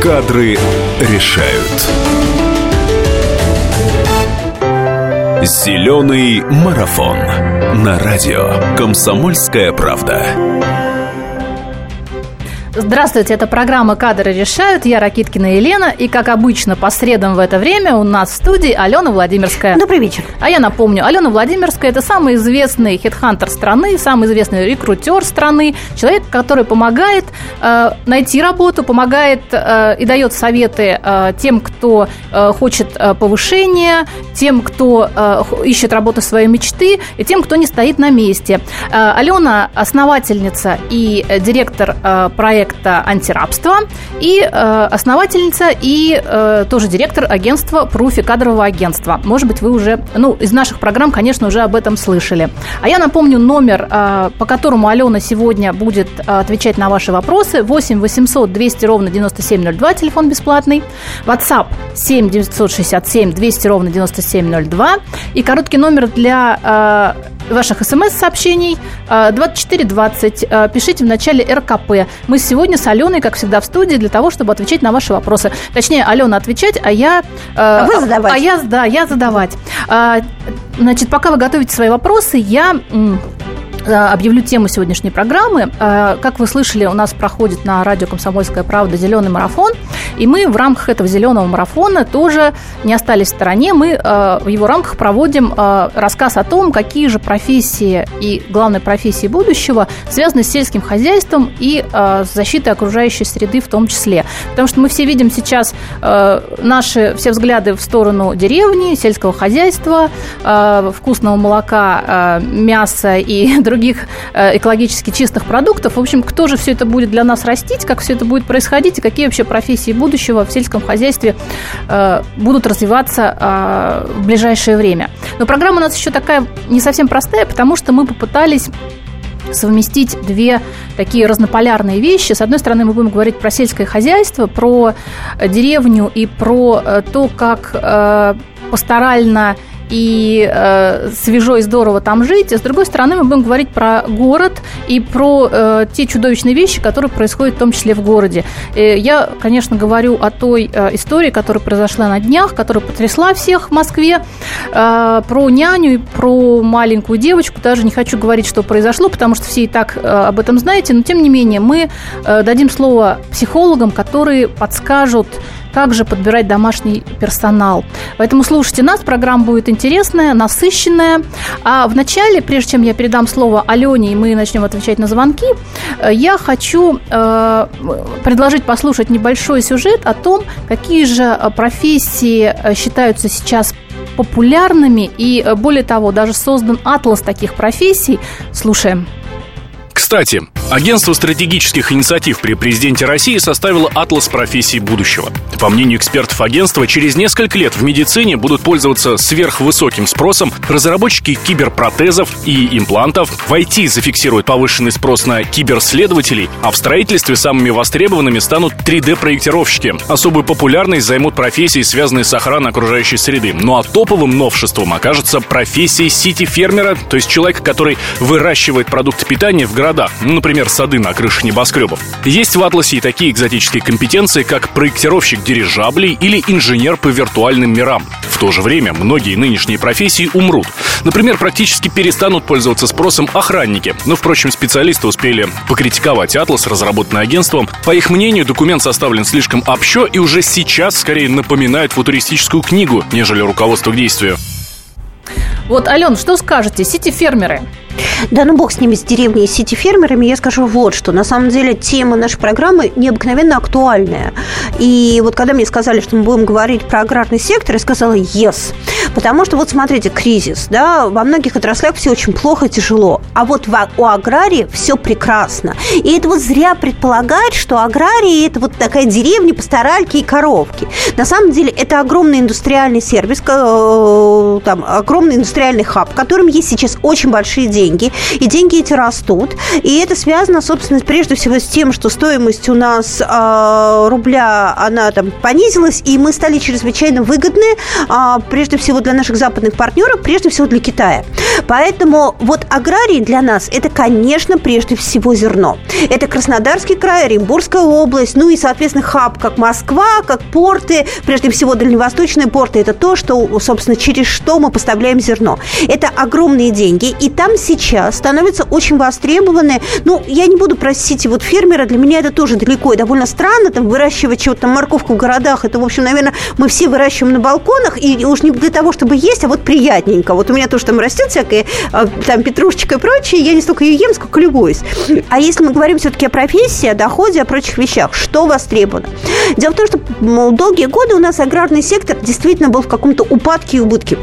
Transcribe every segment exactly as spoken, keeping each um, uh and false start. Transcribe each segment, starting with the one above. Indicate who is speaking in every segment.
Speaker 1: Кадры решают. Зеленый марафон на радио «Комсомольская правда».
Speaker 2: Здравствуйте, это программа «Кадры решают». Я Ракиткина Елена. И, как обычно, по средам в это время у нас в студии Алена Владимирская.
Speaker 3: Добрый вечер.
Speaker 2: А я напомню, Алена Владимирская – это самый известный хедхантер страны, самый известный рекрутер страны, человек, который помогает э, найти работу, помогает э, и дает советы э, тем, кто э, хочет э, повышения, тем, кто э, ищет работу своей мечты, и тем, кто не стоит на месте. Э, Алена – основательница и директор э, проекта «Антирабство» и э, основательница и э, тоже директор агентства «Пруфи», кадрового агентства. Может быть, вы уже, ну, из наших программ, конечно, уже об этом слышали. А я напомню номер, э, по которому Алена сегодня будет э, отвечать на ваши вопросы. восемь восемьсот двести ровно девяносто семь ноль два, телефон бесплатный. WhatsApp семь девятьсот шестьдесят семь двести ровно девяносто семь ноль два. И короткий номер для э, ваших смс-сообщений э, двадцать четыре двадцать. Э, пишите в начале эр ка пэ. Мы сегодня с Аленой, как всегда, в студии для того, чтобы отвечать на ваши вопросы. Точнее, Алена отвечать, а я... Э,
Speaker 3: а вы задавать.
Speaker 2: А я, да, я задавать. Э, значит, пока вы готовите свои вопросы, я... М- объявлю тему сегодняшней программы. Как вы слышали, у нас проходит на радио «Комсомольская правда» «Зеленый марафон», и мы в рамках этого «Зеленого марафона» тоже не остались в стороне. Мы в его рамках проводим рассказ о том, какие же профессии и главные профессии будущего связаны с сельским хозяйством и с защитой окружающей среды в том числе. Потому что мы все видим сейчас наши все взгляды в сторону деревни, сельского хозяйства, вкусного молока, мяса и других других экологически чистых продуктов. В общем, кто же все это будет для нас растить, как все это будет происходить, и какие вообще профессии будущего в сельском хозяйстве э, будут развиваться э, в ближайшее время. Но программа у нас еще такая не совсем простая, потому что мы попытались совместить две такие разнополярные вещи. С одной стороны, мы будем говорить про сельское хозяйство, про деревню и про то, как э, пасторально и э, свежо и здорово там жить. А с другой стороны, мы будем говорить про город и про э, те чудовищные вещи, которые происходят в том числе в городе. Э, я, конечно, говорю о той э, истории, которая произошла на днях, которая потрясла всех в Москве, э, про няню и про маленькую девочку. Даже не хочу говорить, что произошло, потому что все и так э, об этом знаете, но тем не менее мы э, дадим слово психологам, которые подскажут, как же подбирать домашний персонал. Поэтому слушайте нас, программа будет интересная, насыщенная. А вначале, прежде чем я передам слово Алене, и мы начнем отвечать на звонки, я хочу э, предложить послушать небольшой сюжет о том, какие же профессии считаются сейчас популярными, и более того, даже создан атлас таких профессий. Слушаем.
Speaker 4: Кстати, агентство стратегических инициатив при президенте России составило атлас профессий будущего. По мнению экспертов агентства, через несколько лет в медицине будут пользоваться сверхвысоким спросом разработчики киберпротезов и имплантов, в ай ти зафиксируют повышенный спрос на киберследователей, а в строительстве самыми востребованными станут три дэ-проектировщики. Особую популярность займут профессии, связанные с охраной окружающей среды. Ну а топовым новшеством окажется профессия сити-фермера, то есть человека, который выращивает продукты питания в городах. Ну, например, сады на крышах небоскребов. Есть в атласе и такие экзотические компетенции, как проектировщик дирижаблей или инженер по виртуальным мирам. В то же время многие нынешние профессии умрут. Например, практически перестанут пользоваться спросом охранники. Но, впрочем, специалисты успели покритиковать атлас, разработанный агентством. По их мнению, документ составлен слишком общо и уже сейчас скорее напоминает футуристическую книгу, нежели руководство к действию.
Speaker 2: Вот, Ален, что скажете? Сити-фермеры.
Speaker 3: Да ну бог с ними, с деревней и сити-фермерами. Я скажу вот что. На самом деле тема нашей программы необыкновенно актуальная. И вот когда мне сказали, что мы будем говорить про аграрный сектор, я сказала yes. Потому что вот смотрите, кризис, да, во многих отраслях все очень плохо, тяжело. А вот в, у аграрии все прекрасно. И это вот зря предполагать, что аграрии – это вот такая деревня, пасторальки и коровки. На самом деле это огромный индустриальный сервис, там огромный индустриальный хаб, в котором есть сейчас очень большие деньги, и деньги эти растут. И это связано, собственно, прежде всего с тем, что стоимость у нас э, рубля, она там понизилась, и мы стали чрезвычайно выгодны, э, прежде всего для наших западных партнеров, прежде всего для Китая. Поэтому вот аграрий для нас – это, конечно, прежде всего зерно. Это Краснодарский край, Оренбургская область, ну и, соответственно, хаб, как Москва, как порты, прежде всего дальневосточные порты. Это то, что, собственно, через что мы поставляем зерно. Это огромные деньги, и там сейчас становятся очень востребованы. Ну, я не буду просить вот фермера, для меня это тоже далеко и довольно странно, там, выращивать чего-то там, морковку в городах. Это, в общем, наверное, мы все выращиваем на балконах, и уж не для того, чтобы есть, а вот приятненько. Вот у меня тоже там растет всякая там петрушечка и прочее, я не столько ее ем, сколько любуюсь. А если мы говорим все-таки о профессии, о доходе, о прочих вещах, что востребовано? Дело в том, что долгие годы у нас аграрный сектор действительно был в каком-то упадке и убытке.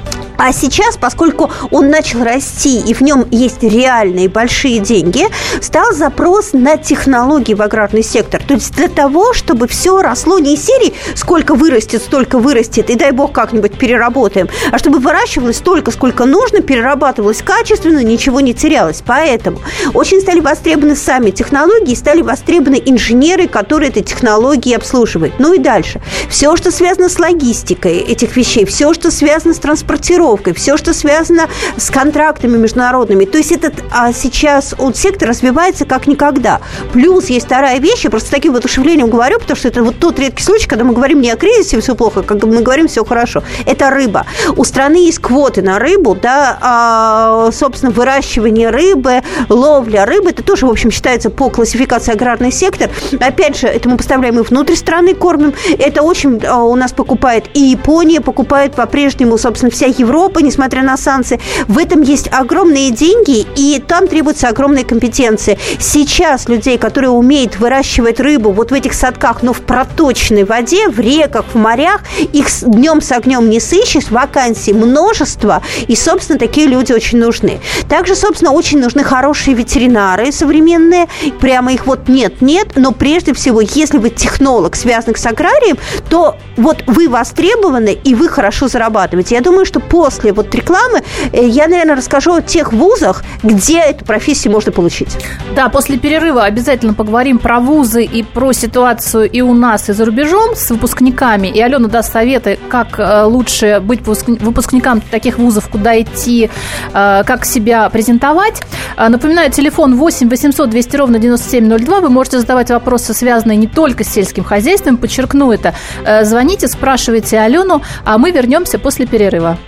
Speaker 3: А сейчас, поскольку он начал расти, и в нем есть реальные большие деньги, стал запрос на технологии в аграрный сектор. То есть для того, чтобы все росло не из серии «сколько вырастет, столько вырастет, и дай бог как-нибудь переработаем», а чтобы выращивалось столько, сколько нужно, перерабатывалось качественно, ничего не терялось. Поэтому очень стали востребованы сами технологии, стали востребованы инженеры, которые эти технологии обслуживают. Ну и дальше. Все, что связано с логистикой этих вещей, все, что связано с транспортировкой, все, что связано с контрактами международными. То есть этот а сейчас он, сектор развивается как никогда. Плюс есть вторая вещь, я просто с таким воодушевлением говорю, потому что это вот тот редкий случай, когда мы говорим не о кризисе, все плохо, когда мы говорим все хорошо. Это рыба. У страны есть квоты на рыбу, да, а, собственно, выращивание рыбы, ловля рыбы, это тоже, в общем, считается по классификации аграрный сектор. Опять же, это мы поставляем и внутрь страны кормим. Это очень а, у нас покупает и Япония, покупает по-прежнему, собственно, вся Европа, несмотря на санкции. В этом есть огромные деньги, и там требуются огромные компетенции. Сейчас людей, которые умеют выращивать рыбу вот в этих садках, но в проточной воде, в реках, в морях, их днем с огнем не сыщешь, вакансий множество, и, собственно, такие люди очень нужны. Также, собственно, очень нужны хорошие ветеринары современные, прямо их вот нет-нет, но прежде всего, если вы технолог, связанный с аграрием, то вот вы востребованы, и вы хорошо зарабатываете. Я думаю, что по После вот рекламы я, наверное, расскажу о тех вузах, где эту профессию можно получить.
Speaker 2: Да, после перерыва обязательно поговорим про вузы и про ситуацию и у нас, и за рубежом с выпускниками. И Алена даст советы, как лучше быть выпускникам таких вузов, куда идти, как себя презентовать. Напоминаю, телефон восемь восемьсот двести ровно девяносто семь ноль два. Вы можете задавать вопросы, связанные не только с сельским хозяйством. Подчеркну это. Звоните, спрашивайте Алену, а мы вернемся после перерыва.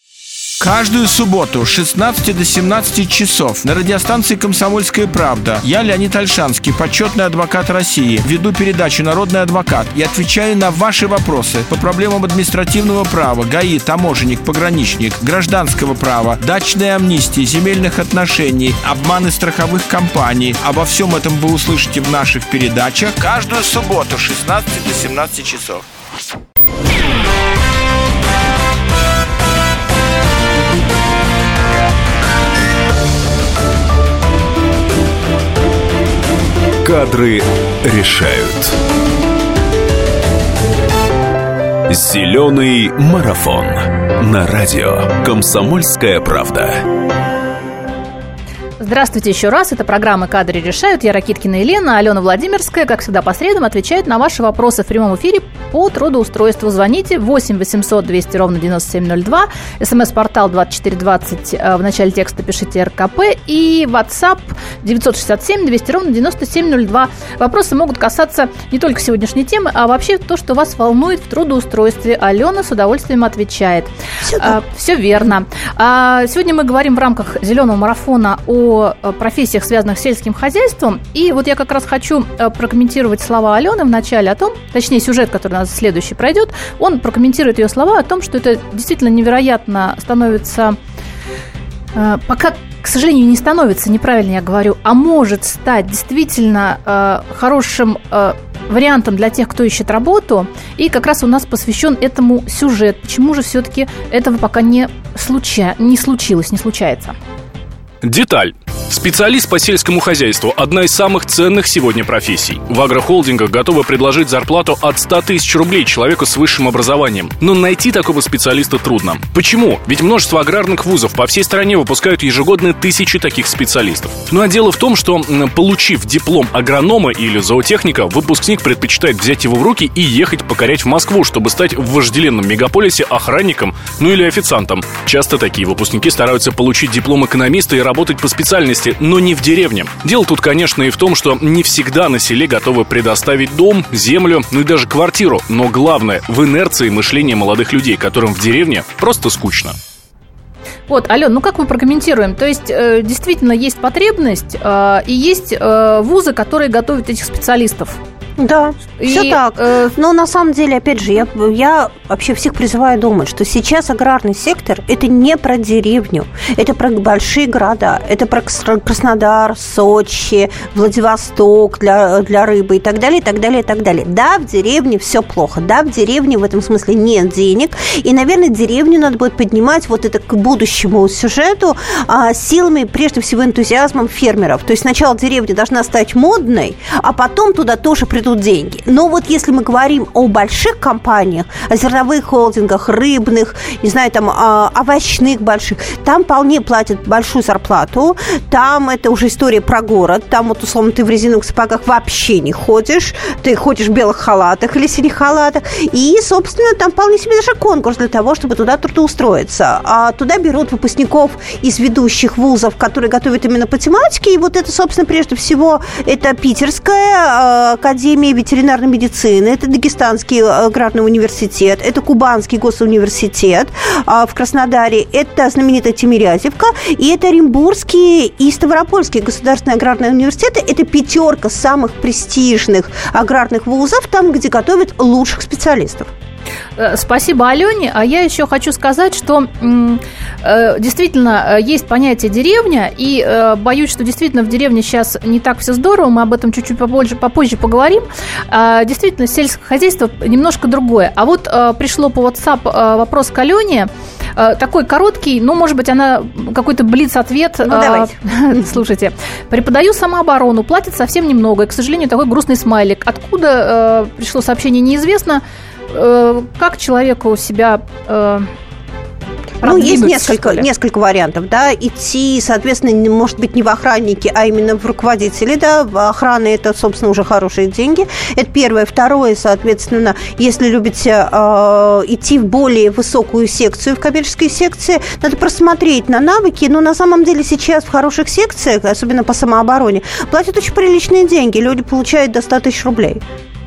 Speaker 5: Каждую субботу с шестнадцати до семнадцати часов на радиостанции «Комсомольская правда» я, Леонид Ольшанский, почетный адвокат России, веду передачу «Народный адвокат» и отвечаю на ваши вопросы по проблемам административного права, ГАИ, таможенник, пограничник, гражданского права, дачной амнистии, земельных отношений, обманы страховых компаний. Обо всем этом вы услышите в наших передачах каждую субботу с шестнадцати до семнадцати часов.
Speaker 1: Кадры решают. Зеленый марафон на радио «Комсомольская правда».
Speaker 2: Здравствуйте еще раз. Это программа «Кадры решают». Я Ракиткина Елена, Алена Владимирская, как всегда, по средам отвечает на ваши вопросы в прямом эфире по трудоустройству. Звоните восемь восемьсот двести ровно девяносто семь ноль два, смс-портал двадцать четыре двадцать, в начале текста пишите эр ка пэ, и WhatsApp девятьсот шестьдесят семь двести ровно девяносто семь ноль два. Вопросы могут касаться не только сегодняшней темы, а вообще то, что вас волнует в трудоустройстве. Алена с удовольствием отвечает. Все, а, все верно. А, сегодня мы говорим в рамках «Зеленого марафона» о профессиях, связанных с сельским хозяйством. И вот я как раз хочу прокомментировать слова Алены в начале о том, точнее, сюжет, который у нас следующий пройдет, он прокомментирует ее слова о том, что это действительно невероятно становится, пока, к сожалению, не становится, неправильно я говорю, а может стать действительно хорошим вариантом для тех, кто ищет работу. И как раз у нас посвящен этому сюжет. Почему же все-таки этого пока не, случа... не случилось, не случается?
Speaker 4: Деталь. Специалист по сельскому хозяйству – одна из самых ценных сегодня профессий. В агрохолдингах готовы предложить зарплату от ста тысяч рублей человеку с высшим образованием. Но найти такого специалиста трудно. Почему? Ведь множество аграрных вузов по всей стране выпускают ежегодно тысячи таких специалистов. Ну а дело в том, что, получив диплом агронома или зоотехника, выпускник предпочитает взять его в руки и ехать покорять в Москву, чтобы стать в вожделенном мегаполисе охранником, ну или официантом. Часто такие выпускники стараются получить диплом экономиста и работать по специальности, но не в деревне. Дело тут, конечно, и в том, что не всегда на селе готовы предоставить дом, землю, ну и даже квартиру. Но главное – в инерции мышления молодых людей, которым в деревне просто скучно.
Speaker 2: Вот, Ален, ну как мы прокомментируем? То есть, э, действительно, есть потребность э, и есть э, вузы, которые готовят этих специалистов.
Speaker 3: Да,
Speaker 2: и,
Speaker 3: все так.
Speaker 2: Э...
Speaker 3: Но на самом деле, опять же, я, я вообще всех призываю думать, что сейчас аграрный сектор – это не про деревню, это про большие города, это про Краснодар, Сочи, Владивосток для, для рыбы и так далее, и так далее, и так далее. Да, в деревне все плохо, да, в деревне в этом смысле нет денег, и, наверное, деревню надо будет поднимать вот это к будущему сюжету а, силами, прежде всего, энтузиазмом фермеров. То есть сначала деревня должна стать модной, а потом туда тоже придут деньги. Но вот если мы говорим о больших компаниях, о зерновых холдингах, рыбных, не знаю, там, овощных больших, там вполне платят большую зарплату, там это уже история про город, там вот, условно, ты в резиновых сапогах вообще не ходишь, ты ходишь в белых халатах или синих халатах, и, собственно, там вполне себе даже конкурс для того, чтобы туда трудоустроиться. А туда берут выпускников из ведущих вузов, которые готовят именно по тематике, и вот это, собственно, прежде всего, это Питерская академия ветеринарной медицины, это Дагестанский аграрный университет, это Кубанский госуниверситет в Краснодаре, это знаменитая Тимирязевка, и это Оренбургский и Ставропольский государственные аграрные университеты. Это пятерка самых престижных аграрных вузов, там, где готовят лучших специалистов.
Speaker 2: Спасибо Алене. А я еще хочу сказать, что э, действительно есть понятие деревня, и э, боюсь, что действительно в деревне сейчас не так все здорово, мы об этом чуть-чуть попозже, попозже поговорим. Э, действительно, сельское хозяйство немножко другое. А вот э, пришло по WhatsApp э, вопрос к Алене, э, такой короткий, ну, может быть, она какой-то блиц-ответ.
Speaker 3: Ну, давайте.
Speaker 2: Э, слушайте. Преподаю самооборону, платят совсем немного, и, к сожалению, такой грустный смайлик. Откуда э, пришло сообщение, неизвестно. Как человеку себя э,
Speaker 3: ну, есть несколько, несколько вариантов, да, идти, соответственно, может быть, не в охранники, а именно в руководители, да, в охраны это, собственно, уже хорошие деньги, это первое. Второе, соответственно, если любите э, идти в более высокую секцию, в коммерческой секции, надо просмотреть на навыки, но на самом деле сейчас в хороших секциях, особенно по самообороне, платят очень приличные деньги, люди получают до ста тысяч рублей.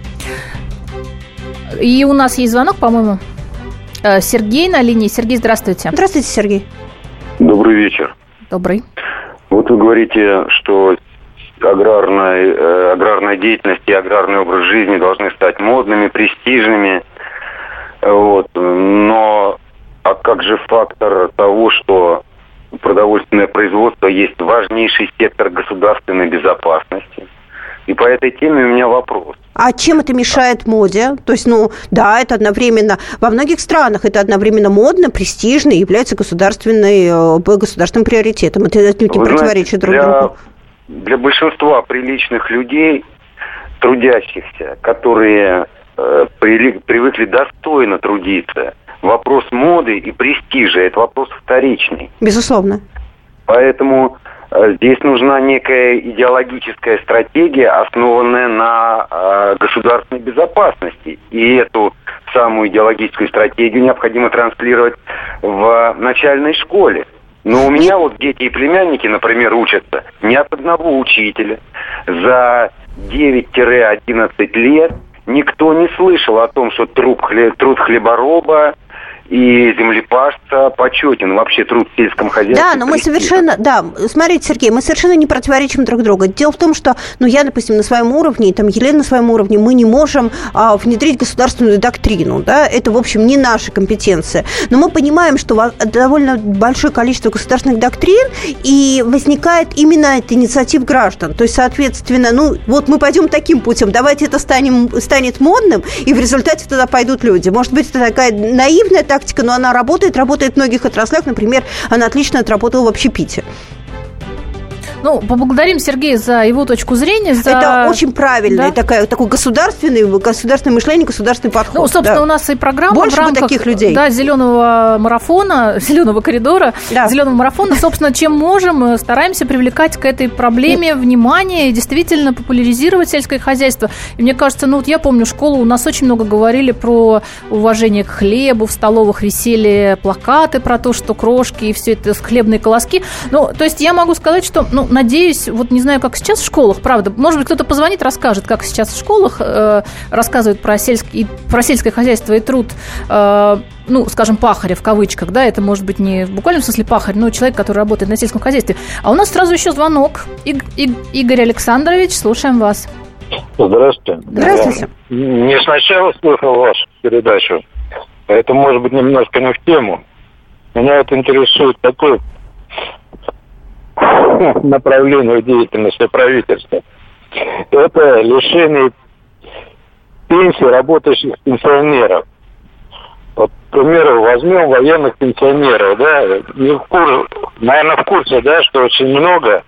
Speaker 2: И у нас есть звонок, по-моему. Сергей на линии. Сергей, здравствуйте.
Speaker 3: Здравствуйте, Сергей.
Speaker 6: Добрый вечер.
Speaker 2: Добрый.
Speaker 6: Вот вы говорите, что аграрная, э, аграрная деятельность и аграрный образ жизни должны стать модными, престижными. Вот. Но а как же фактор того, что продовольственное производство есть важнейший сектор государственной безопасности? И по этой теме у меня вопрос.
Speaker 3: А чем это мешает моде? То есть, ну, да, это одновременно... Во многих странах это одновременно модно, престижно и является государственной, государственным приоритетом. Это отнюдь не
Speaker 6: Вы
Speaker 3: противоречит
Speaker 6: знаете,
Speaker 3: друг
Speaker 6: для,
Speaker 3: другу.
Speaker 6: Для большинства приличных людей, трудящихся, которые э, при, привыкли достойно трудиться, вопрос моды и престижа – это вопрос вторичный.
Speaker 3: Безусловно.
Speaker 6: Поэтому... Здесь нужна некая идеологическая стратегия, основанная на э, государственной безопасности. И эту самую идеологическую стратегию необходимо транслировать в начальной школе. Но у меня вот дети и племянники, например, учатся не от одного учителя. За девять-одиннадцать лет никто не слышал о том, что труд, труд хлебороба и землепашца почетен, вообще труд в сельском хозяйстве.
Speaker 3: Да, но мы совершенно, да, смотрите, Сергей, мы совершенно не противоречим друг другу. Дело в том, что, ну, я, допустим, на своем уровне, и там Елена на своем уровне, мы не можем а, внедрить государственную доктрину, да, это, в общем, не наша компетенция. Но мы понимаем, что довольно большое количество государственных доктрин, и возникает именно от инициатив граждан. То есть, соответственно, ну, вот мы пойдем таким путем, давайте это станем, станет модным, и в результате туда пойдут люди. Может быть, это такая наивная тактика, но она работает, работает в многих отраслях. Например, она отлично отработала в общепите.
Speaker 2: Ну, поблагодарим Сергея за его точку зрения. За...
Speaker 3: Это очень правильно.
Speaker 2: Да?
Speaker 3: Такое, такое государственное, государственное мышление, государственный подход.
Speaker 2: Ну, собственно,
Speaker 3: да.
Speaker 2: у нас и программа
Speaker 3: Больше
Speaker 2: в рамках,
Speaker 3: таких людей.
Speaker 2: Да, зеленого марафона, зеленого коридора, да. зеленого марафона. Собственно, чем можем, стараемся привлекать к этой проблеме внимание и действительно популяризировать сельское хозяйство. И мне кажется, ну вот я помню школу, у нас очень много говорили про уважение к хлебу, в столовых висели плакаты про то, что крошки и все это хлебные колоски. Ну, то есть я могу сказать, что, ну, надеюсь, вот не знаю, как сейчас в школах, правда, может быть, кто-то позвонит, расскажет, как сейчас в школах э, рассказывают про, сельский, про сельское хозяйство и труд, э, ну, скажем, пахаря в кавычках, да, это может быть не в буквальном смысле пахарь, но человек, который работает на сельском хозяйстве. А у нас сразу еще звонок. И, и, Игорь Александрович, слушаем вас.
Speaker 7: Здравствуйте.
Speaker 3: Здравствуйте.
Speaker 7: Я не сначала слышал вашу передачу, это может быть немножко не в тему. Меня это интересует такое направление деятельности правительства. Это лишение пенсии работающих пенсионеров. Вот, к примеру, возьмем военных пенсионеров, да, не в кур... наверное, в курсе, да, что очень много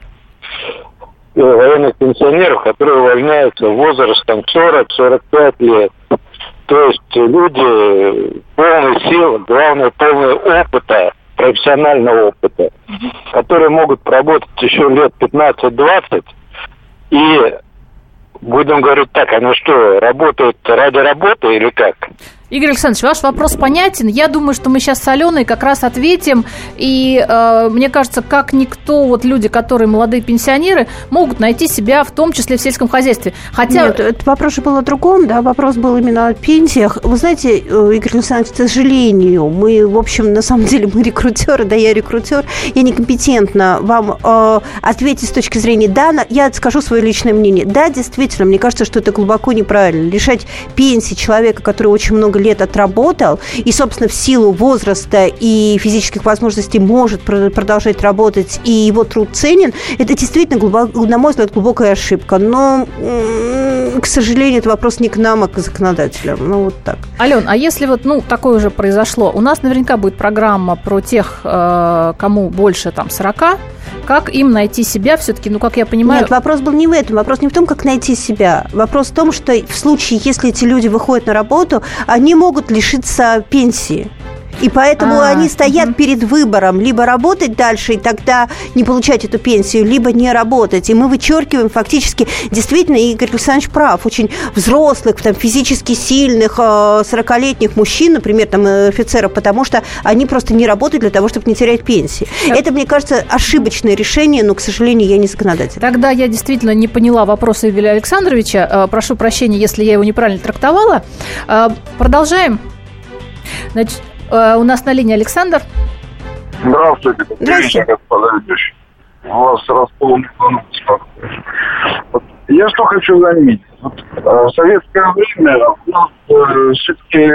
Speaker 7: военных пенсионеров, которые увольняются возрастом сорок-сорок пять лет. То есть люди полной силы, главное, полного опыта, профессионального опыта, которые могут проработать еще лет пятнадцать-двадцать и, будем говорить так, они что, работают ради работы или как?
Speaker 2: Игорь Александрович, ваш вопрос понятен. Я думаю, что мы сейчас с Аленой как раз ответим. И э, мне кажется, как никто, вот люди, которые молодые пенсионеры, могут найти себя в том числе в сельском хозяйстве. Хотя...
Speaker 3: Нет, этот вопрос же был о другом, да, вопрос был именно о пенсиях. Вы знаете, Игорь Александрович, к сожалению, мы, в общем, на самом деле, мы рекрутеры, да, я рекрутер, я некомпетентна вам э, ответить с точки зрения, да, на, я скажу свое личное мнение. Да, действительно, мне кажется, что это глубоко неправильно. Лишать пенсии человека, который очень много лет отработал и, собственно, в силу возраста и физических возможностей может продолжать работать, и его труд ценен, это действительно, глубоко, на мой взгляд, глубокая ошибка. Но, к сожалению, это вопрос не к нам, а к законодателям. Ну, вот так.
Speaker 2: Ален, а если вот, ну, такое уже произошло, у нас наверняка будет программа про тех, кому больше, там, сорока, как им найти себя все-таки, ну, как я понимаю...
Speaker 3: Нет, вопрос был не в этом. Вопрос не в том, как найти себя. Вопрос в том, что в случае, если эти люди выходят на работу, они могут лишиться пенсии. И поэтому а, они стоят угу. перед выбором либо работать дальше и тогда не получать эту пенсию, либо не работать. И мы вычеркиваем фактически, действительно, Игорь Александрович прав, очень взрослых, там, физически сильных, сорокалетних мужчин, например, там, офицеров, потому что они просто не работают для того, чтобы не терять пенсии. Так. Это, мне кажется, ошибочное решение, но, к сожалению, я не законодатель.
Speaker 2: Тогда я действительно не поняла вопроса Игоря Александровича. Прошу прощения, если я его неправильно трактовала. Продолжаем. Значит, у нас на линии Александр.
Speaker 8: Здравствуйте.
Speaker 3: Здравствуйте.
Speaker 8: Господа ведущие. У вас располнен план беспокойства. Вот я что хочу заметить. Вот, в советское время у нас э, все-таки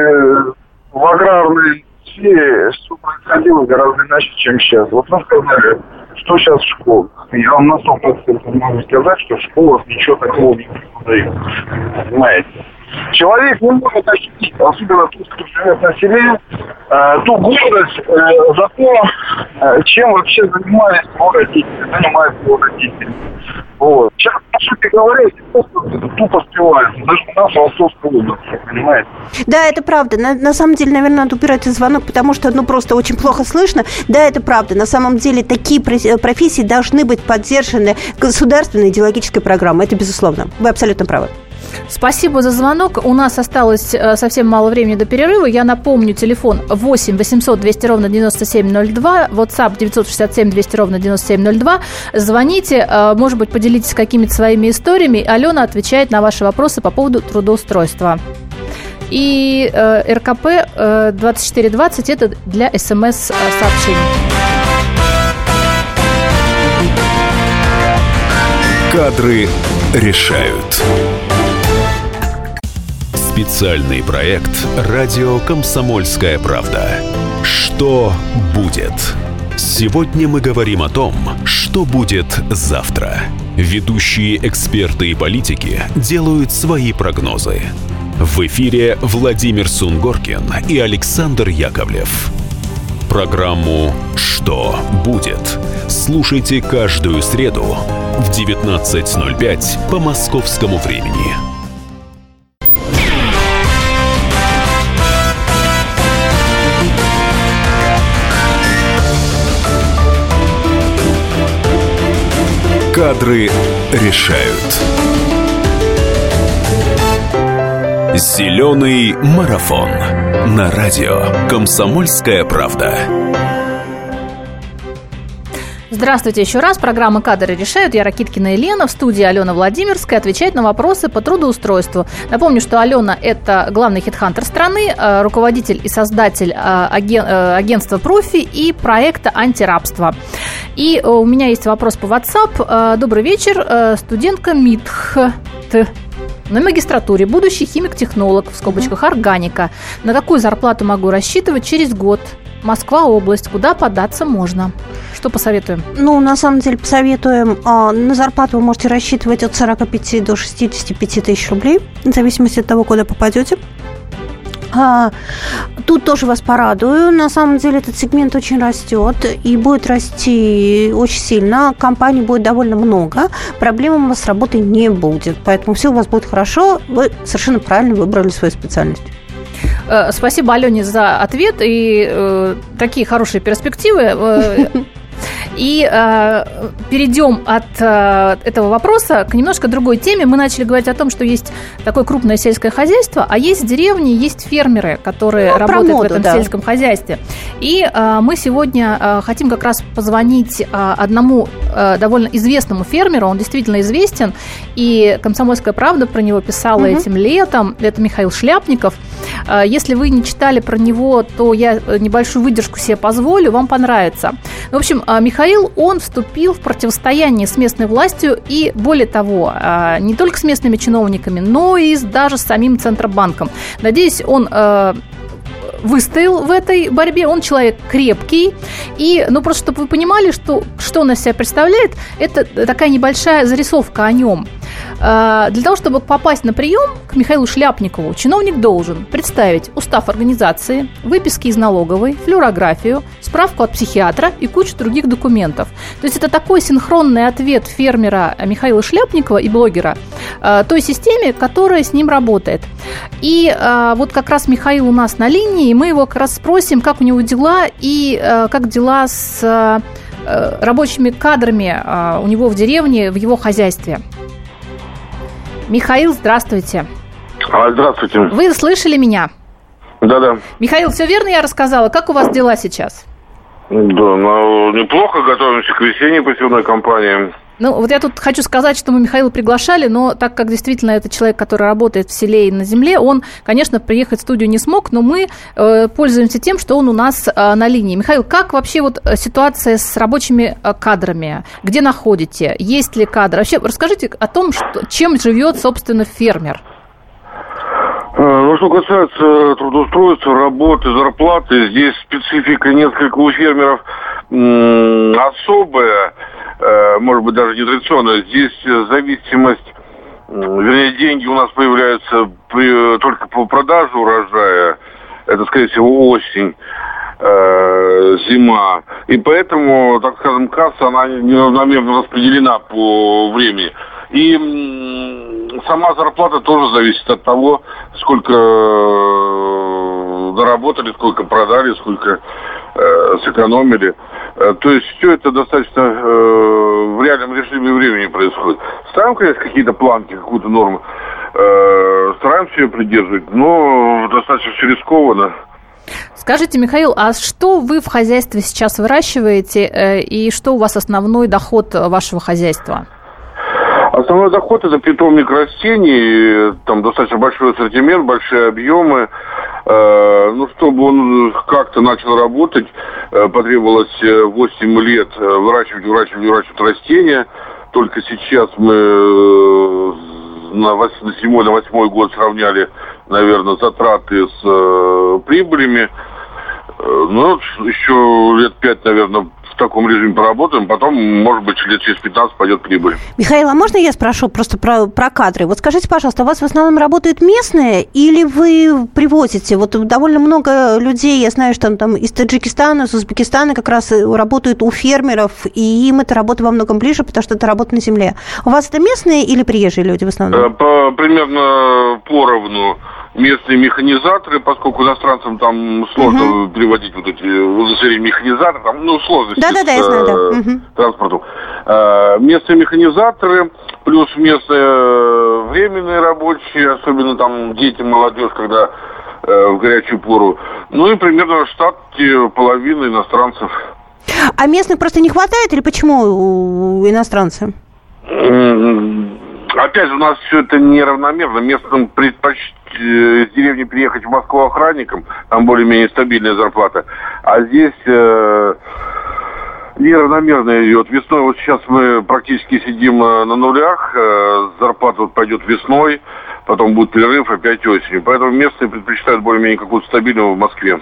Speaker 8: в аграрной сфере все происходило гораздо иначе, чем сейчас. Вот вы сказали, что сейчас в школах. Я вам на сто процентов могу сказать, что в школах ничего такого не преподают. Понимаете? Человек не может ощутить, особенно тот, кто живет на селе, э, ту гордость э, за то, э, чем вообще занимались его родители, занимаются его родители. Вот. Сейчас, по сути говоря, просто тупо спевают. Даже у нас в Ростовской области, понимаете?
Speaker 3: Да, это правда. На, на самом деле, наверное, надо убирать этот звонок, потому что, ну, просто очень плохо слышно. Да, это правда. На самом деле, такие профессии должны быть поддержаны государственной идеологической программой. Это безусловно. Вы абсолютно правы.
Speaker 2: Спасибо за звонок. У нас осталось совсем мало времени до перерыва. Я напомню, телефон восемь восемьсот двести ровно девяносто семь ноль два, WhatsApp девятьсот шестьдесят семь двести ровно девяносто семь ноль два. Звоните, может быть, поделитесь какими-то своими историями. Алена отвечает на ваши вопросы по поводу трудоустройства. И э, эр ка пэ э, двадцать четыре двадцать – это для смс-сообщений.
Speaker 1: Кадры решают. Специальный проект «Радио Комсомольская правда». Что будет? Сегодня мы говорим о том, что будет завтра. Ведущие эксперты и политики делают свои прогнозы. В эфире Владимир Сунгоркин и Александр Яковлев. Программу «Что что будет? Слушайте каждую среду в девятнадцать ноль пять по московскому времени. Кадры решают. Зеленый марафон на радио «Комсомольская правда».
Speaker 2: Здравствуйте еще раз. Программа «Кадры решают». Я Ракиткина Елена. В студии Алена Владимирская отвечает на вопросы по трудоустройству. Напомню, что Алена – это главный хедхантер страны, руководитель и создатель агентства «Профи» и проекта «Антирабство». И у меня есть вопрос по WhatsApp. Добрый вечер. Студентка МИТХ на магистратуре, будущий химик-технолог, в скобочках органика. На какую зарплату могу рассчитывать через год? Москва, область. Куда податься можно? Что посоветуем?
Speaker 3: Ну, на самом деле, посоветуем. На зарплату вы можете рассчитывать от сорок пять до шестьдесят пять тысяч рублей, в зависимости от того, куда попадете. А, тут тоже вас порадую. На самом деле этот сегмент очень растет и будет расти очень сильно. Компаний будет довольно много. Проблем у вас с работой не будет. Поэтому все у вас будет хорошо. Вы совершенно правильно выбрали свою специальность.
Speaker 2: Спасибо Алене за ответ и э, такие хорошие перспективы. И э, перейдем от э, этого вопроса к немножко другой теме. Мы начали говорить о том, что есть такое крупное сельское хозяйство, а есть деревни, есть фермеры, которые ну, работают моду, в этом да. сельском хозяйстве. И э, мы сегодня э, хотим как раз позвонить э, одному э, довольно известному фермеру. Он действительно известен, и «Комсомольская правда» про него писала угу. этим летом. Это Михаил Шляпников. Э, если вы не читали про него, то я небольшую выдержку себе позволю, вам понравится. В общем, Михаил, он вступил в противостояние с местной властью и, более того, не только с местными чиновниками, но и даже с самим Центробанком. Надеюсь, он выстоял в этой борьбе, он человек крепкий. И, ну, просто чтобы вы понимали, что, что он из себя представляет, это такая небольшая зарисовка о нем. Для того, чтобы попасть на прием к Михаилу Шляпникову, чиновник должен представить устав организации, выписки из налоговой, флюорографию, справку от психиатра и кучу других документов. То есть это такой синхронный ответ фермера Михаила Шляпникова и блогера той системе, которая с ним работает. И вот как раз Михаил у нас на линии, и мы его как раз спросим, как у него дела и как дела с рабочими кадрами у него в деревне, в его хозяйстве. Михаил, здравствуйте.
Speaker 8: А, здравствуйте.
Speaker 2: Вы слышали меня?
Speaker 8: Да-да.
Speaker 2: Михаил, все верно я рассказала? Как у вас дела сейчас?
Speaker 8: Да, ну, неплохо, готовимся к весенней посевной кампании.
Speaker 2: Ну, вот я тут хочу сказать, что мы Михаила приглашали, но так как действительно это человек, который работает в селе и на земле, он, конечно, приехать в студию не смог, но мы э, пользуемся тем, что он у нас э, на линии. Михаил, как вообще вот ситуация с рабочими э, кадрами? Где находите? Есть ли кадры? Вообще, расскажите о том, что, чем живет, собственно, фермер.
Speaker 8: Ну, что касается трудоустройства, работы, зарплаты, здесь специфика несколько у фермеров м- особая. Может быть, даже нетрадиционно. Здесь зависимость, вернее, деньги у нас появляются при, только по продаже урожая. Это, скорее всего, осень, э, зима. И поэтому, так скажем, касса, она неравномерно распределена по времени. И м, сама зарплата тоже зависит от того, сколько доработали, сколько продали, сколько э, сэкономили. То есть все это достаточно э, в реальном режиме времени происходит. Ставим, конечно, какие-то планки, какую-то норму, э, стараемся ее придерживать, но достаточно все рискованно.
Speaker 2: Скажите, Михаил, а что вы в хозяйстве сейчас выращиваете э, и что у вас основной доход вашего хозяйства?
Speaker 8: Основной доход – это питомник растений, там достаточно большой ассортимент, большие объемы. Ну, чтобы он как-то начал работать, потребовалось восемь лет выращивать, выращивать, выращивать растения. Только сейчас мы на седьмой, на восьмой год сравняли, наверное, затраты с прибылями. Ну, еще лет пять, наверное, в
Speaker 9: таком режиме поработаем, потом, может быть, лет через пятнадцать пойдет прибыль.
Speaker 3: Михаил, а можно я спрошу просто про, про кадры? Вот скажите, пожалуйста, у вас в основном работают местные или вы привозите? Вот довольно много людей, я знаю, что там, там из Таджикистана, из Узбекистана как раз работают у фермеров, и им эта работа во многом ближе, потому что это работа на земле. У вас это местные или приезжие люди в основном?
Speaker 9: По, примерно поровну. Местные механизаторы, поскольку иностранцам там сложно uh-huh. переводить вот эти удостоверения механизаторов, там, ну, сложности
Speaker 3: да, да, да,
Speaker 9: с
Speaker 3: я знаю, да.
Speaker 9: uh-huh. транспортом. А, местные механизаторы, плюс местные временные рабочие, особенно там дети, молодежь, когда э, в горячую пору. Ну и примерно в штате половина иностранцев.
Speaker 3: А местных просто не хватает или почему у иностранцев?
Speaker 9: Опять же, у нас все это неравномерно. Местным предпочтение из деревни приехать в Москву охранником, там более-менее стабильная зарплата, а здесь э, неравномерно идет. Весной, вот сейчас мы практически сидим на нулях, э, зарплата вот пойдет весной, потом будет перерыв, опять осенью. Поэтому местные предпочитают более-менее какую-то стабильную в Москве.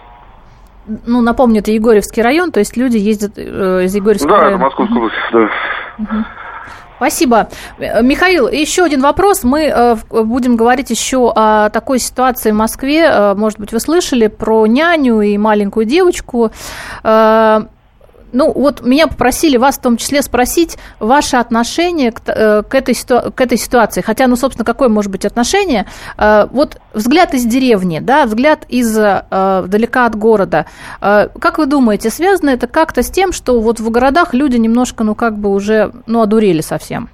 Speaker 2: Ну, напомню, это Егорьевский район, то есть люди ездят э, из Егорьевского
Speaker 9: да,
Speaker 2: района.
Speaker 9: Да, это Московская область, да.
Speaker 2: Угу. Спасибо. Михаил, еще один вопрос. Мы будем говорить еще о такой ситуации в Москве. Может быть, вы слышали про няню и маленькую девочку. Ну, вот меня попросили вас в том числе спросить ваше отношение к, к, этой, к этой ситуации. Хотя, ну, собственно, какое может быть отношение? Вот взгляд из деревни, да, взгляд из далека от города. Как вы думаете, связано это как-то с тем, что вот в городах люди немножко, ну, как бы уже, ну, одурели совсем?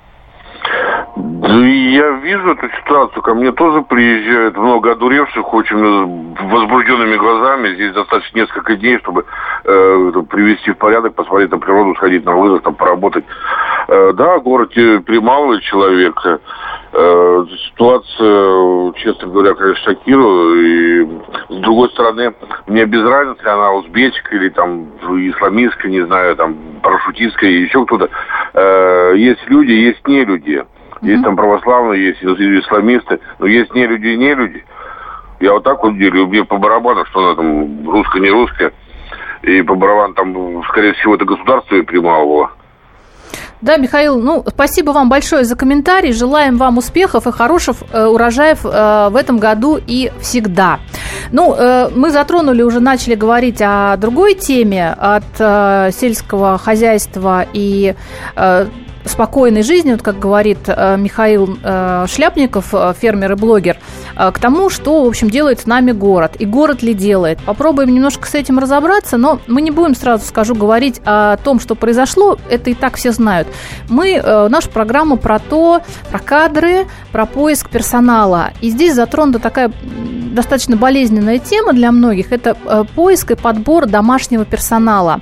Speaker 9: Да я вижу эту ситуацию. Ко мне тоже приезжают много одуревших, очень возбужденными глазами. Здесь достаточно несколько дней, чтобы э, привести в порядок, посмотреть на природу, сходить на лыжах, там поработать. Э, да, город перемалывает человека. Э, ситуация, честно говоря, конечно, шокирует. И с другой стороны, мне без разницы, она узбечка или там исламистская, не знаю, там парашютистская, еще кто-то. Э, есть люди, есть не люди. Есть там православные, есть исламисты, но есть не люди и не люди. Я вот так вот делю, мне по барабану, что она там русская, не русская. И по барабану там, скорее всего, это государство и прималывало.
Speaker 2: Да, Михаил, ну, спасибо вам большое за комментарий. Желаем вам успехов и хороших э, урожаев э, в этом году и всегда. Ну, э, мы затронули, уже начали говорить о другой теме, от э, сельского хозяйства и э, спокойной жизни, вот как говорит э, Михаил э, Шляпников, э, фермер и блогер, э, к тому, что, в общем, делает с нами город. И город ли делает. Попробуем немножко с этим разобраться, но мы не будем, сразу скажу, говорить о том, что произошло. Это и так все знают. Мы, э, наша программа про то, про кадры, про поиск персонала. И здесь затронута такая достаточно болезненная тема для многих. Это э, поиск и подбор домашнего персонала.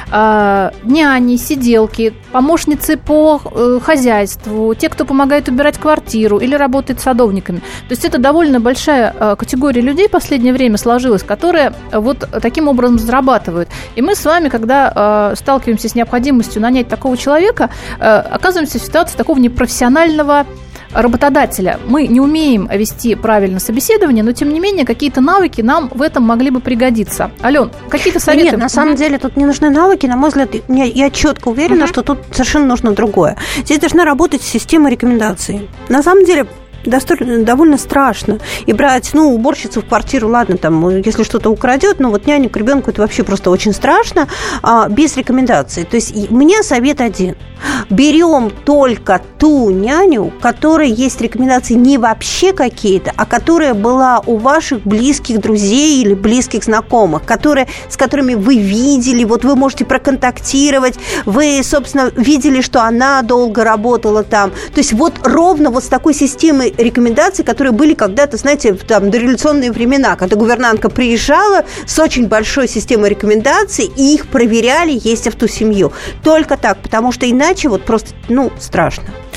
Speaker 2: Э, няни, сиделки, помощницы по хозяйству, те, кто помогает убирать квартиру или работает садовниками. То есть это довольно большая категория людей в последнее время сложилась, которые вот таким образом зарабатывают. И мы с вами, когда сталкиваемся с необходимостью нанять такого человека, оказываемся в ситуации такого непрофессионального работодателя. Мы не умеем вести правильно собеседование, но, тем не менее, какие-то навыки нам в этом могли бы пригодиться. Ален, какие-то советы?
Speaker 3: Нет, на самом деле тут не нужны навыки. На мой взгляд, я, я четко уверена, uh-huh. что тут совершенно нужно другое. Здесь должна работать система рекомендаций. На самом деле, довольно страшно. И брать, ну, уборщицу в квартиру, ладно, там, если что-то украдет, но вот няню к ребенку это вообще просто очень страшно, а, без рекомендаций. То есть у меня совет один. Берем только ту няню, которой есть рекомендации не вообще какие-то, а которая была у ваших близких друзей или близких знакомых, которые, с которыми вы видели, вот вы можете проконтактировать, вы, собственно, видели, что она долго работала там. То есть вот ровно вот с такой системой рекомендаций, которые были когда-то, знаете, в там, дореволюционные времена, когда гувернантка приезжала с очень большой системой рекомендаций, и их проверяли, есть в ту семью. Только так, потому что иначе вот просто, ну, страшно.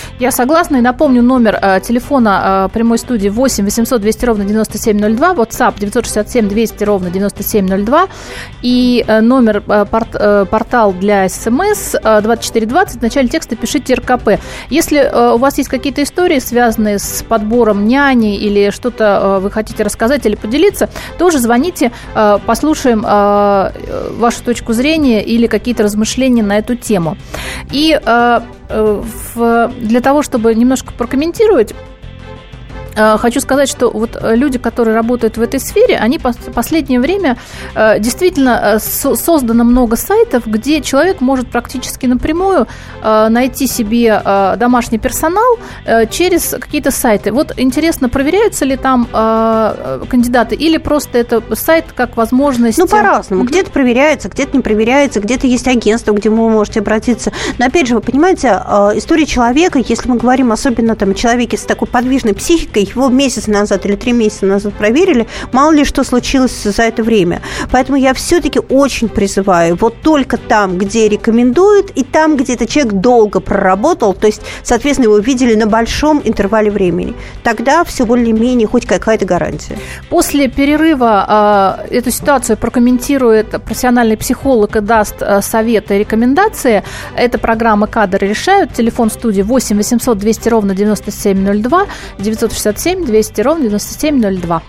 Speaker 2: Я согласна. И напомню номер э, телефона э, прямой студии восемь восемьсот двести ровно девяносто семь ноль два, WhatsApp девятьсот шестьдесят семь двести ровно девяносто семь ноль два и э, номер э, порт, э, портал для СМС э, двадцать четыре двадцать. В начале текста пишите РКП. Если э, у вас есть какие-то истории, связанные с подбором няни или что-то э, вы хотите рассказать или поделиться, тоже звоните, э, послушаем э, вашу точку зрения или какие-то размышления на эту тему. И э, в, для того, чтобы немножко прокомментировать, хочу сказать, что вот люди, которые работают в этой сфере, они в последнее время действительно создано много сайтов, где человек может практически напрямую найти себе домашний персонал через какие-то сайты. Вот интересно, проверяются ли там кандидаты или просто это сайт как возможность?
Speaker 3: Ну, по-разному. Mm-hmm. Где-то проверяется, где-то не проверяется, где-то есть агентство, где вы можете обратиться. Но, опять же, вы понимаете, история человека, если мы говорим особенно там, о человеке с такой подвижной психикой, его месяц назад или три месяца назад проверили, мало ли что случилось за это время. Поэтому я все-таки очень призываю, вот только там, где рекомендуют, и там, где этот человек долго проработал, то есть, соответственно, его видели на большом интервале времени. Тогда все более-менее хоть какая-то гарантия.
Speaker 2: После перерыва э, эту ситуацию прокомментирует профессиональный психолог и даст э, советы и рекомендации. Это программа «Кадры решают». Телефон студии восемь восемьсот двести ровно девяносто семь ноль два, девятьсот шестьдесят семь двести ровно девяносто семь ноль два.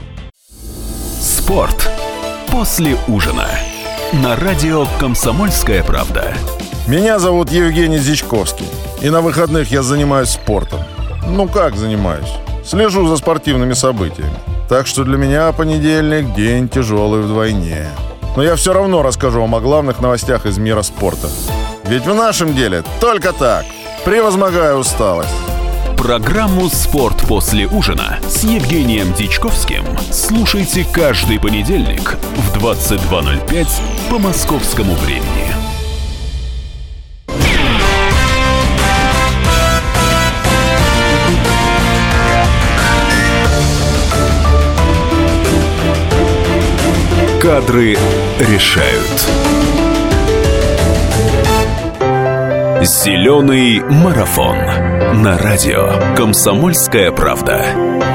Speaker 1: Спорт после ужина на радио «Комсомольская правда».
Speaker 10: Меня зовут Евгений Зичковский, и на выходных я занимаюсь спортом. Ну как занимаюсь? Слежу за спортивными событиями. Так что для меня понедельник – день тяжелый вдвойне. Но я все равно расскажу вам о главных новостях из мира спорта. Ведь в нашем деле только так, превозмогая усталость.
Speaker 1: Программу «Спорт после ужина» с Евгением Дичковским слушайте каждый понедельник в двадцать два ноль пять по московскому времени. Кадры решают. Зеленый марафон на радио «Комсомольская правда».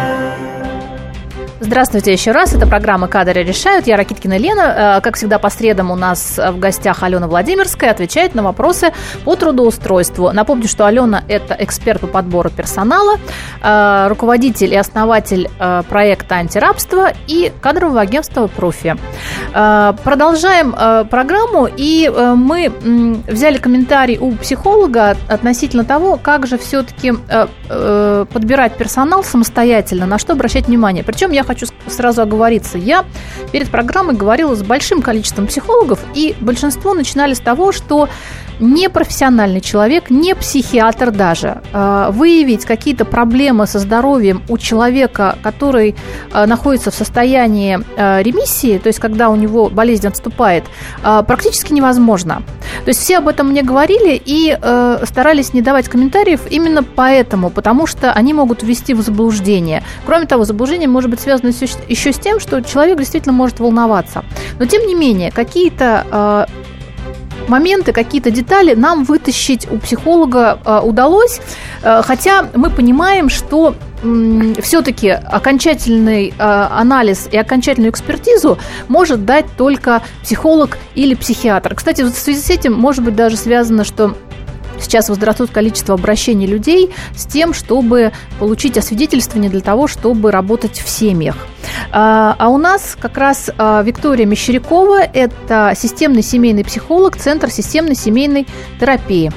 Speaker 2: Здравствуйте еще раз. Это программа «Кадры решают». Я Ракиткина Лена. Как всегда, по средам у нас в гостях Алена Владимирская отвечает на вопросы по трудоустройству. Напомню, что Алена – это эксперт по подбору персонала, руководитель и основатель проекта «Антирабство» и кадрового агентства «Профи». Продолжаем программу, и мы взяли комментарий у психолога относительно того, как же все-таки подбирать персонал самостоятельно, на что обращать внимание. Причем я хочу сразу оговориться. Я перед программой говорила с большим количеством психологов, и большинство начинали с того, что непрофессиональный человек, не психиатр даже, выявить какие-то проблемы со здоровьем у человека, который находится в состоянии ремиссии, то есть когда у него болезнь отступает, практически невозможно. То есть все об этом мне говорили и старались не давать комментариев именно поэтому, потому что они могут ввести в заблуждение. Кроме того, заблуждение может быть связано еще с тем, что человек действительно может волноваться. Но тем не менее, какие-то моменты, какие-то детали нам вытащить у психолога э, удалось, э, хотя мы понимаем, что э, все-таки окончательный э, анализ и окончательную экспертизу может дать только психолог или психиатр. Кстати, в связи с этим может быть даже связано, что сейчас возрастет количество обращений людей с тем, чтобы получить освидетельствование для того, чтобы работать в семьях. А у нас как раз Виктория Мещерякова, это системный семейный психолог, Центр системной семейной терапии.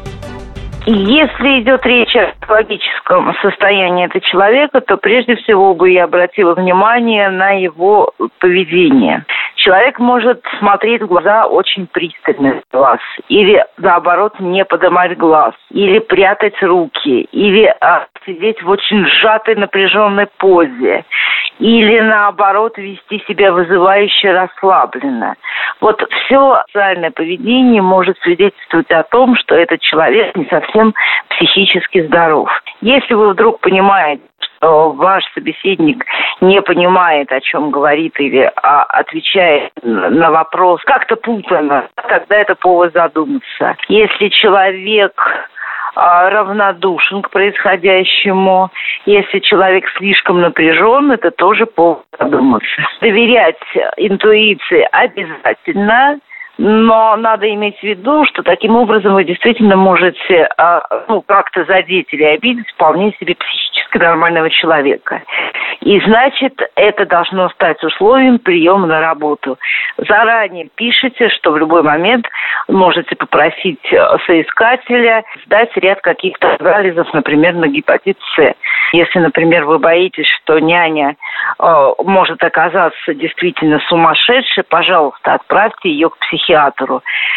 Speaker 11: Если идет речь о психологическом состоянии этого человека, то прежде всего бы я обратила внимание на его поведение. Человек может смотреть в глаза очень пристально в глаз, или, наоборот, не поднимать глаз, или прятать руки, или а, сидеть в очень сжатой напряженной позе, или, наоборот, вести себя вызывающе расслабленно. Вот все социальное поведение может свидетельствовать о том, что этот человек не совсем психически здоров. Если вы вдруг понимаете, что ваш собеседник не понимает, о чем говорит, или а, отвечает на вопрос как-то путано, тогда это повод задуматься. Если человек равнодушен к происходящему. Если человек слишком напряжен, это тоже повод задуматься. Доверять интуиции обязательно, но надо иметь в виду, что таким образом вы действительно можете ну, как-то задеть или обидеть вполне себе психически нормального человека. И значит, это должно стать условием приема на работу. Заранее пишите, что в любой момент можете попросить соискателя сдать ряд каких-то анализов, например, на гепатит С. Если, например, вы боитесь, что няня э, может оказаться действительно сумасшедшей, пожалуйста, отправьте ее к психиатру.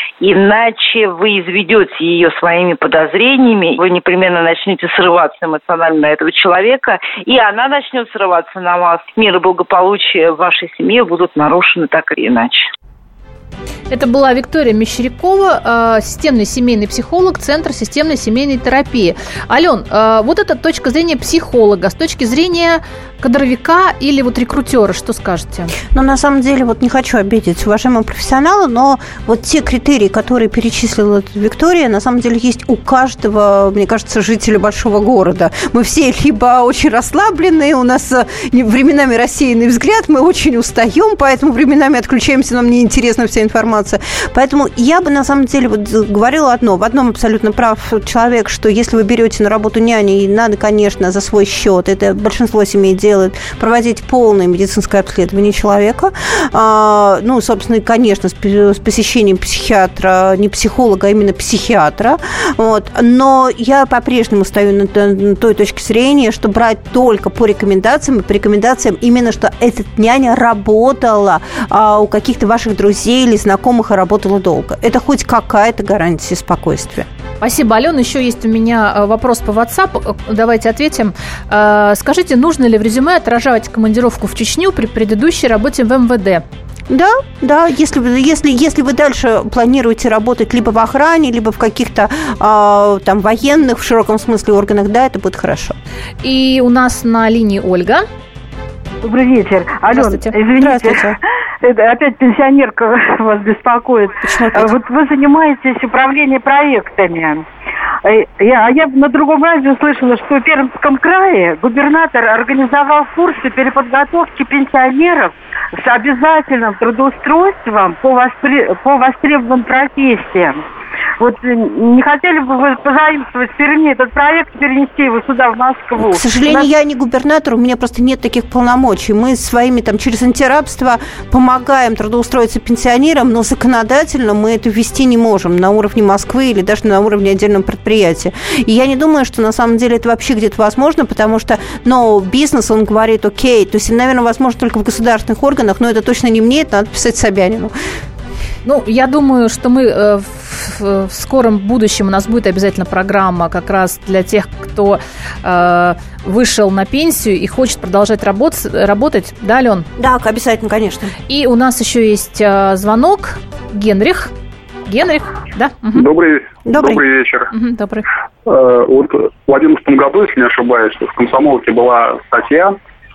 Speaker 11: Иначе вы изведете ее своими подозрениями, вы непременно начнете срываться эмоционально на этого человека, и она начнет срываться на вас. Мир и благополучие в вашей семье будут нарушены так или иначе.
Speaker 2: Это была Виктория Мещерякова, системный семейный психолог, Центр системной семейной терапии. Ален, вот эта точка зрения психолога, с точки зрения кадровика или вот рекрутера, что скажете?
Speaker 3: Ну, на самом деле, вот не хочу обидеть уважаемого профессионала, но вот те критерии, которые перечислила Виктория, на самом деле есть у каждого, мне кажется, жителя большого города. Мы все либо очень расслабленные, у нас временами рассеянный взгляд, мы очень устаем, поэтому временами отключаемся, нам неинтересна вся информация. Поэтому я бы, на самом деле, вот говорила одно. В одном абсолютно прав человек, что если вы берете на работу няни, надо, конечно, за свой счет, это большинство семей делает, проводить полное медицинское обследование человека. А, ну, собственно, конечно, с, с посещением психиатра, не психолога, а именно психиатра. Вот. Но я по-прежнему стою на, на той точке зрения, что брать только по рекомендациям, и по рекомендациям именно, что эта няня работала а, у каких-то ваших друзей или знакомых и работала долго. Это хоть какая-то гарантия спокойствия.
Speaker 2: Спасибо, Алена. Еще есть у меня вопрос по WhatsApp. Давайте ответим. Скажите, нужно ли в резюме отражать командировку в Чечню при предыдущей работе в эм вэ дэ?
Speaker 3: Да, да, если, если, если вы дальше планируете работать либо в охране, либо в каких-то э, там военных, в широком смысле, органах, да, это будет хорошо.
Speaker 2: И у нас на линии Ольга.
Speaker 12: Добрый вечер. Алена,
Speaker 2: Здравствуйте.
Speaker 12: Извините.
Speaker 2: Здравствуйте.
Speaker 12: Это опять пенсионерка вас беспокоит. Вот вы занимаетесь управлением проектами. Я, а я на другом радио слышала, что в Пермском крае губернатор организовал курсы переподготовки пенсионеров с обязательным трудоустройством по, воспри... по востребованным профессиям. Вот не хотели бы вы позаимствовать в Перми этот проект, перенести его сюда, в Москву?
Speaker 3: К сожалению, нас... я не губернатор, у меня просто нет таких полномочий. Мы своими там через антирабство помогаем трудоустроиться пенсионерам, но законодательно мы это ввести не можем на уровне Москвы или даже на уровне отдельного предприятия. И я не думаю, что на самом деле это вообще где-то возможно, потому что, ну, бизнес, он говорит, окей, то есть, наверное, возможно только в государственных органах, но это точно не мне, это надо писать Собянину.
Speaker 2: Ну, я думаю, что мы э, в, в скором будущем у нас будет обязательно программа как раз для тех, кто э, вышел на пенсию и хочет продолжать работать, работать. Да, Ален?
Speaker 3: Да, обязательно, конечно.
Speaker 2: И у нас еще есть э, звонок. Генрих. Генрих, да? Угу.
Speaker 13: Добрый,
Speaker 2: добрый.
Speaker 13: добрый вечер.
Speaker 2: Угу, добрый.
Speaker 13: Э, вот в две тысячи одиннадцатом году, если не ошибаюсь, в «Комсомолке» была статья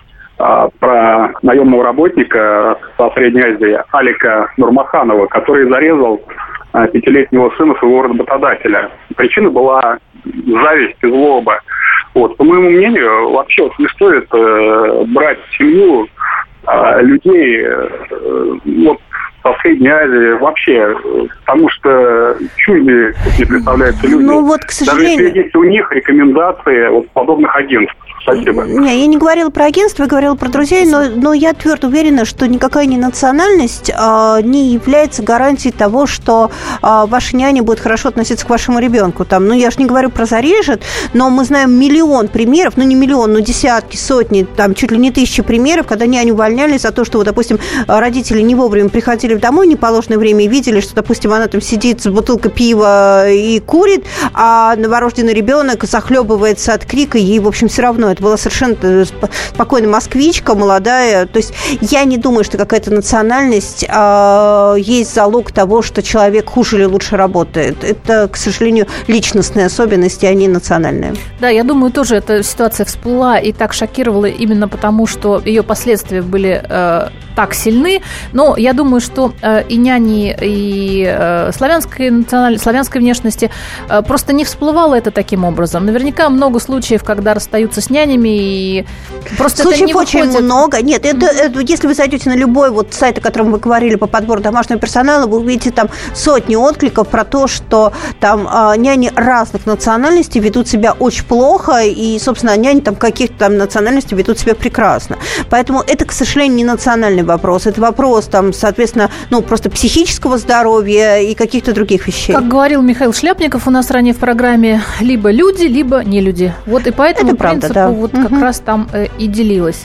Speaker 13: про наемного работника со Средней Азии Алика Нурмаханова, который зарезал пятилетнего сына своего работодателя. Причина была зависть и злоба. Вот. По моему мнению, вообще вот не стоит э, брать в семью э, людей э, вот, со Средней Азии вообще, потому что чужие не представляются люди.
Speaker 3: Ну, вот, к сожалению...
Speaker 13: Даже если есть у них рекомендации вот подобных агентств. Спасибо.
Speaker 3: Не, я не говорила про агентство, я говорила про друзей, но, но я твердо уверена, что никакая не национальность а, не является гарантией того, что а, ваша няня будет хорошо относиться к вашему ребенку. Там, ну, я же не говорю про зарежет, но мы знаем миллион примеров, ну, не миллион, но десятки, сотни, там, чуть ли не тысячи примеров, когда няни увольняли за то, что, вот, допустим, родители не вовремя приходили домой в неположенное время и видели, что, допустим, она там сидит с бутылкой пива и курит, а новорожденный ребенок захлебывается от крика, ей, в общем, все равно. Это была совершенно спокойная москвичка, молодая. То есть я не думаю, что какая-то национальность э, есть залог того, что человек хуже или лучше работает. Это, к сожалению, личностные особенности, а не национальные.
Speaker 2: Да, я думаю, тоже эта ситуация всплыла и так шокировала именно потому, что ее последствия были... Э, так сильны. Но я думаю, что э, и няни, и э, славянской, националь... славянской внешности э, просто не всплывало это таким образом. Наверняка много случаев, когда расстаются с нянями, и просто
Speaker 3: случаев
Speaker 2: это не
Speaker 3: очень
Speaker 2: выходит...
Speaker 3: много. Нет, это, это, если вы зайдете на любой вот сайт, о котором вы говорили по подбору домашнего персонала, вы увидите там сотни откликов про то, что там э, няни разных национальностей ведут себя очень плохо, и, собственно, няни там каких-то там национальностей ведут себя прекрасно. Поэтому это, к сожалению, не национальный вопрос. Это вопрос, там, соответственно, ну, просто психического здоровья и каких-то других вещей.
Speaker 2: Как говорил Михаил Шляпников у нас ранее в программе, либо люди, либо не люди. Вот и по этому это принципу правда, да. вот угу. как раз там э, и делилось.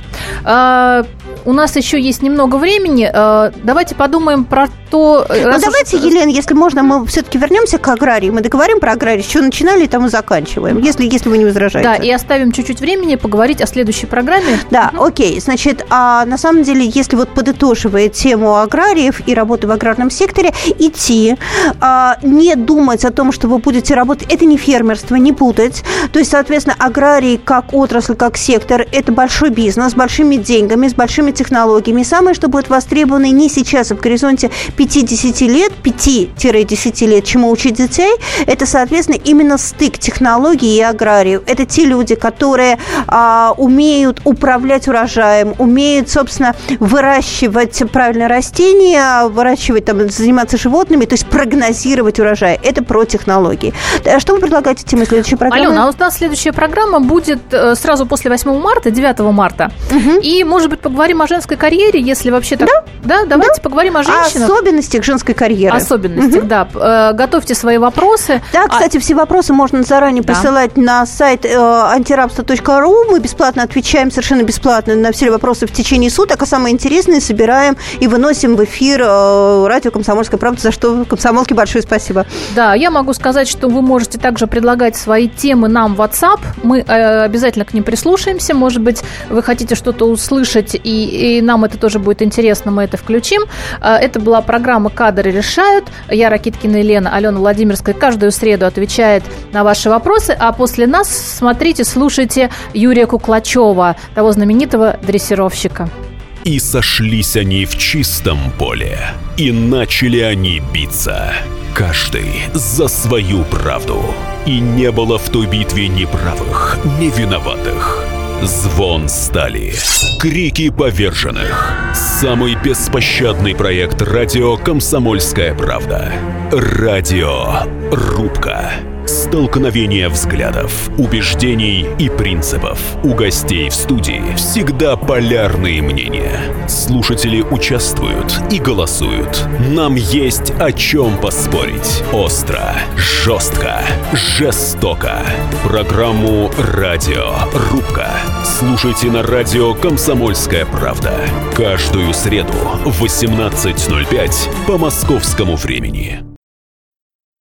Speaker 2: А, у нас еще есть немного времени. А, давайте подумаем про то...
Speaker 3: Ну, давайте, уж... Елена, если можно, мы все-таки вернемся к аграрии. Мы договорим про аграрий, с чего начинали, там и заканчиваем, если, если вы не возражаете.
Speaker 2: Да, и оставим чуть-чуть времени поговорить о следующей программе.
Speaker 3: Да, угу. окей. Значит, а на самом деле, если вот подытоживая тему аграриев и работы в аграрном секторе, идти, а, не думать о том, что вы будете работать, это не фермерство, не путать. То есть, соответственно, аграрий как отрасль, как сектор, это большой бизнес с большими деньгами, с большими технологиями. И самое, что будет востребовано не сейчас, а в горизонте пяти-десяти лет, пяти-десяти лет, чему учить детей, это, соответственно, именно стык технологий и аграриев. Это те люди, которые а, умеют управлять урожаем, умеют, собственно, выращивать правильно растения, выращивать, там, заниматься животными, то есть прогнозировать урожай. Это про технологии. Что вы предлагаете темы следующей программы?
Speaker 2: Алена, а у нас следующая программа будет сразу после восьмого марта, девятого марта. Угу. И, может быть, поговорим о женской карьере, если вообще так...
Speaker 3: Да,
Speaker 2: да давайте
Speaker 3: да.
Speaker 2: поговорим о женщинах.
Speaker 3: О особенностях женской карьеры.
Speaker 2: Особенностях, угу. да. Готовьте свои вопросы.
Speaker 3: Да, кстати, а... все вопросы можно заранее да. присылать на сайт антирабство точка ру. Мы бесплатно отвечаем, совершенно бесплатно на все вопросы в течение суток, а самое интересное собираем и выносим в эфир радио «Комсомольская правда», за что комсомолке большое спасибо.
Speaker 2: Да, я могу сказать, что вы можете также предлагать свои темы нам в WhatsApp. Мы э, обязательно к ним прислушаемся. Может быть, вы хотите что-то услышать, и, и нам это тоже будет интересно, мы это включим. Э, это была программа «Кадры решают». Я, Ракиткина Елена, Алена Владимирская каждую среду отвечает на ваши вопросы. А после нас смотрите, слушайте Юрия Куклачева, того знаменитого дрессировщика.
Speaker 1: И сошлись они в чистом поле, и начали они биться, каждый за свою правду. И не было в той битве ни правых, ни виноватых. Звон стали, крики поверженных. Самый беспощадный проект радио «Комсомольская правда». Радиорубка. Столкновение взглядов, убеждений и принципов. У гостей в студии всегда полярные мнения. Слушатели участвуют и голосуют. Нам есть о чем поспорить. Остро, жестко, жестоко. Программу «Радиорубка» слушайте на радио «Комсомольская правда». Каждую среду в восемнадцать ноль пять по московскому времени.